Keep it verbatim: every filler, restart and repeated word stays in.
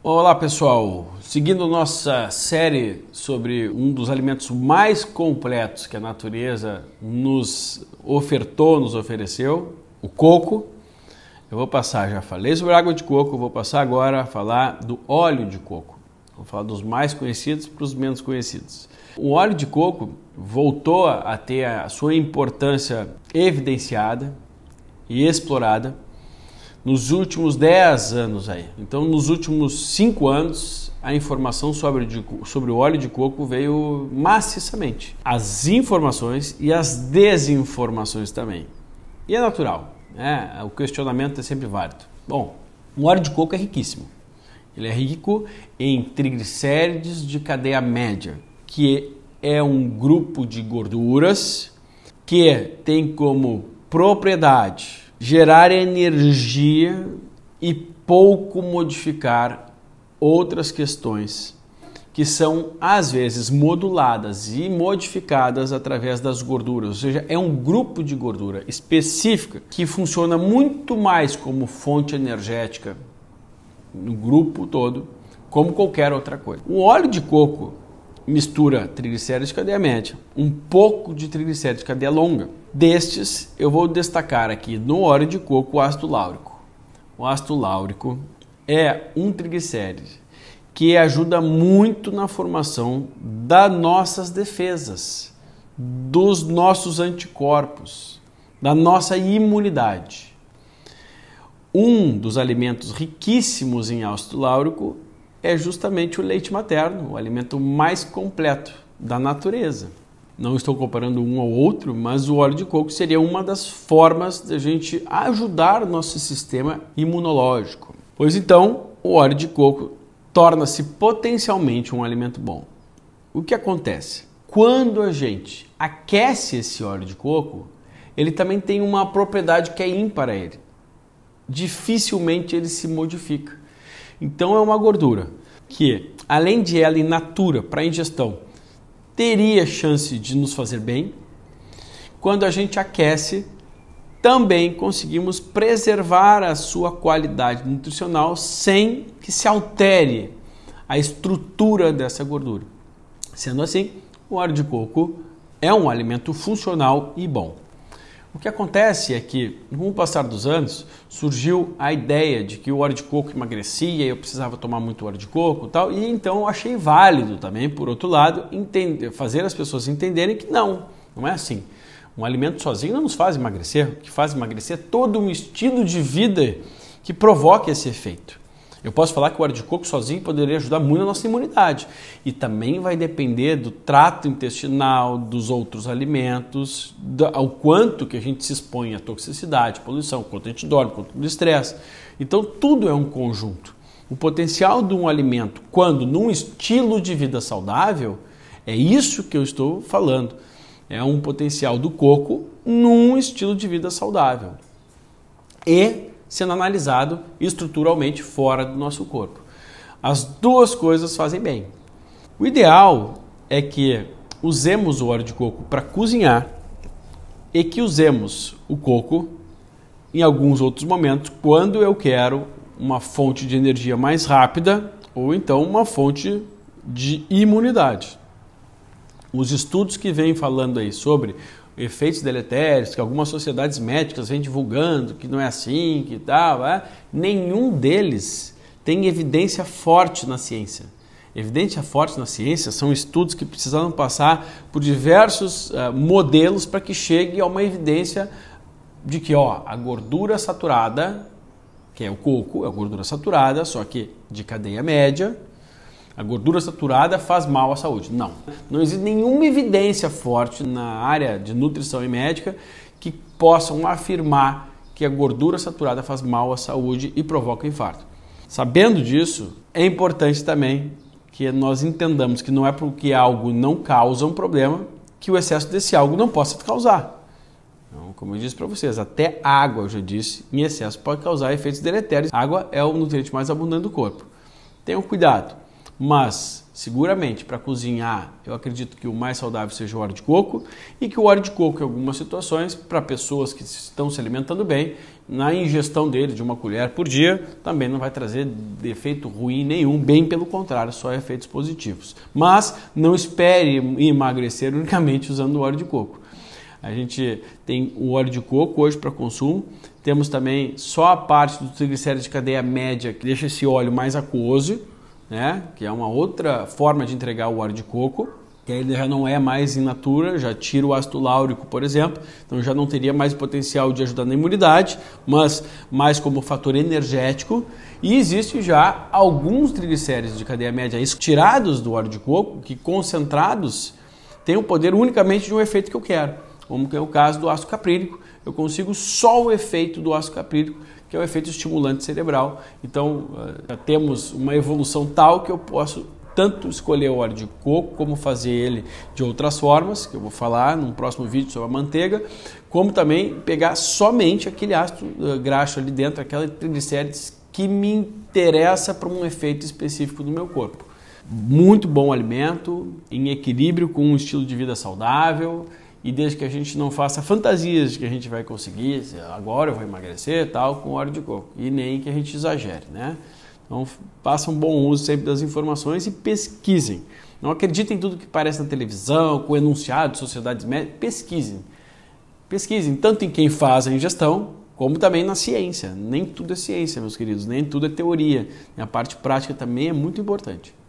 Olá pessoal, seguindo nossa série sobre um dos alimentos mais completos que a natureza nos ofertou, nos ofereceu, o coco. Eu vou passar, já falei sobre a água de coco, vou passar agora a falar do óleo de coco. Vou falar dos mais conhecidos para os menos conhecidos. O óleo de coco voltou a ter a sua importância evidenciada e explorada nos últimos dez anos aí. Então, nos últimos cinco anos, a informação sobre, de, sobre o óleo de coco veio maciçamente. As informações e as desinformações também. E é natural, né? O questionamento é sempre válido. Bom, o óleo de coco é riquíssimo. Ele é rico em triglicérides de cadeia média, que é um grupo de gorduras que tem como propriedade gerar energia e pouco modificar outras questões que são, às vezes, moduladas e modificadas através das gorduras. Ou seja, é um grupo de gordura específica que funciona muito mais como fonte energética no grupo todo, como qualquer outra coisa. O óleo de coco mistura triglicéridos de cadeia média, um pouco de triglicéridos de cadeia longa. Destes, eu vou destacar aqui no óleo de coco o ácido láurico. O ácido láurico é um triglicéride que ajuda muito na formação das nossas defesas, dos nossos anticorpos, da nossa imunidade. Um dos alimentos riquíssimos em ácido láurico é justamente o leite materno, o alimento mais completo da natureza. Não estou comparando um ao outro, mas o óleo de coco seria uma das formas de a gente ajudar o nosso sistema imunológico. Pois então, o óleo de coco torna-se potencialmente um alimento bom. O que acontece? Quando a gente aquece esse óleo de coco, ele também tem uma propriedade que é ímpar a ele. Dificilmente ele se modifica. Então é uma gordura que, além de ela in natura para ingestão, teria chance de nos fazer bem. Quando a gente aquece, também conseguimos preservar a sua qualidade nutricional sem que se altere a estrutura dessa gordura. Sendo assim, o óleo de coco é um alimento funcional e bom. O que acontece é que, com o passar dos anos, surgiu a ideia de que o óleo de coco emagrecia e eu precisava tomar muito óleo de coco e tal, e então eu achei válido também, por outro lado, entender, fazer as pessoas entenderem que não, não é assim. Um alimento sozinho não nos faz emagrecer, o que faz emagrecer é todo um estilo de vida que provoca esse efeito. Eu posso falar que o óleo de coco sozinho poderia ajudar muito a nossa imunidade. E também vai depender do trato intestinal, dos outros alimentos, do, ao quanto que a gente se expõe à toxicidade, poluição, quanto a gente dorme, quanto do estresse. Então tudo é um conjunto. O potencial de um alimento, quando num estilo de vida saudável, é isso que eu estou falando. É um potencial do coco num estilo de vida saudável. E sendo analisado estruturalmente fora do nosso corpo. As duas coisas fazem bem. O ideal é que usemos o óleo de coco para cozinhar e que usemos o coco em alguns outros momentos quando eu quero uma fonte de energia mais rápida ou então uma fonte de imunidade. Os estudos que vêm falando aí sobre efeitos deletérios, que algumas sociedades médicas vêm divulgando, que não é assim, que tal, é? Nenhum deles tem evidência forte na ciência. Evidência forte na ciência são estudos que precisaram passar por diversos uh, modelos para que chegue a uma evidência de que ó, a gordura saturada, que é o coco, é a gordura saturada, só que de cadeia média, a gordura saturada faz mal à saúde. Não. Não existe nenhuma evidência forte na área de nutrição e médica que possam afirmar que a gordura saturada faz mal à saúde e provoca infarto. Sabendo disso, é importante também que nós entendamos que não é porque algo não causa um problema que o excesso desse algo não possa causar. Então, como eu disse para vocês, até água, eu já disse, em excesso pode causar efeitos deletérios. A água é o nutriente mais abundante do corpo. Tenham cuidado. Mas, seguramente, para cozinhar, eu acredito que o mais saudável seja o óleo de coco e que o óleo de coco, em algumas situações, para pessoas que estão se alimentando bem, na ingestão dele de uma colher por dia, também não vai trazer efeito ruim nenhum, bem pelo contrário, só efeitos positivos. Mas não espere emagrecer unicamente usando o óleo de coco. A gente tem o óleo de coco hoje para consumo, temos também só a parte do triglicéridos de cadeia média que deixa esse óleo mais aquoso, né? Que é uma outra forma de entregar o óleo de coco, que ele já não é mais in natura, já tira o ácido láurico, por exemplo, então já não teria mais potencial de ajudar na imunidade, mas mais como fator energético. E existe já alguns triglicéridos de cadeia média tirados do óleo de coco, que concentrados têm o poder unicamente de um efeito que eu quero, como que é o caso do ácido caprílico. Eu consigo só o efeito do ácido caprílico, que é o efeito estimulante cerebral. Então, já temos uma evolução tal que eu posso tanto escolher o óleo de coco, como fazer ele de outras formas, que eu vou falar num próximo vídeo sobre a manteiga, como também pegar somente aquele ácido graxo ali dentro, aquela triglicérides que me interessa para um efeito específico do meu corpo. Muito bom alimento, em equilíbrio com um estilo de vida saudável, e desde que a gente não faça fantasias de que a gente vai conseguir, agora eu vou emagrecer tal, com óleo de coco, e nem que a gente exagere, né? Então façam um bom uso sempre das informações e pesquisem. Não acreditem em tudo que parece na televisão, com enunciado de sociedades médicas, pesquisem. Pesquisem tanto em quem faz a ingestão, como também na ciência. Nem tudo é ciência, meus queridos, nem tudo é teoria. E a parte prática também é muito importante.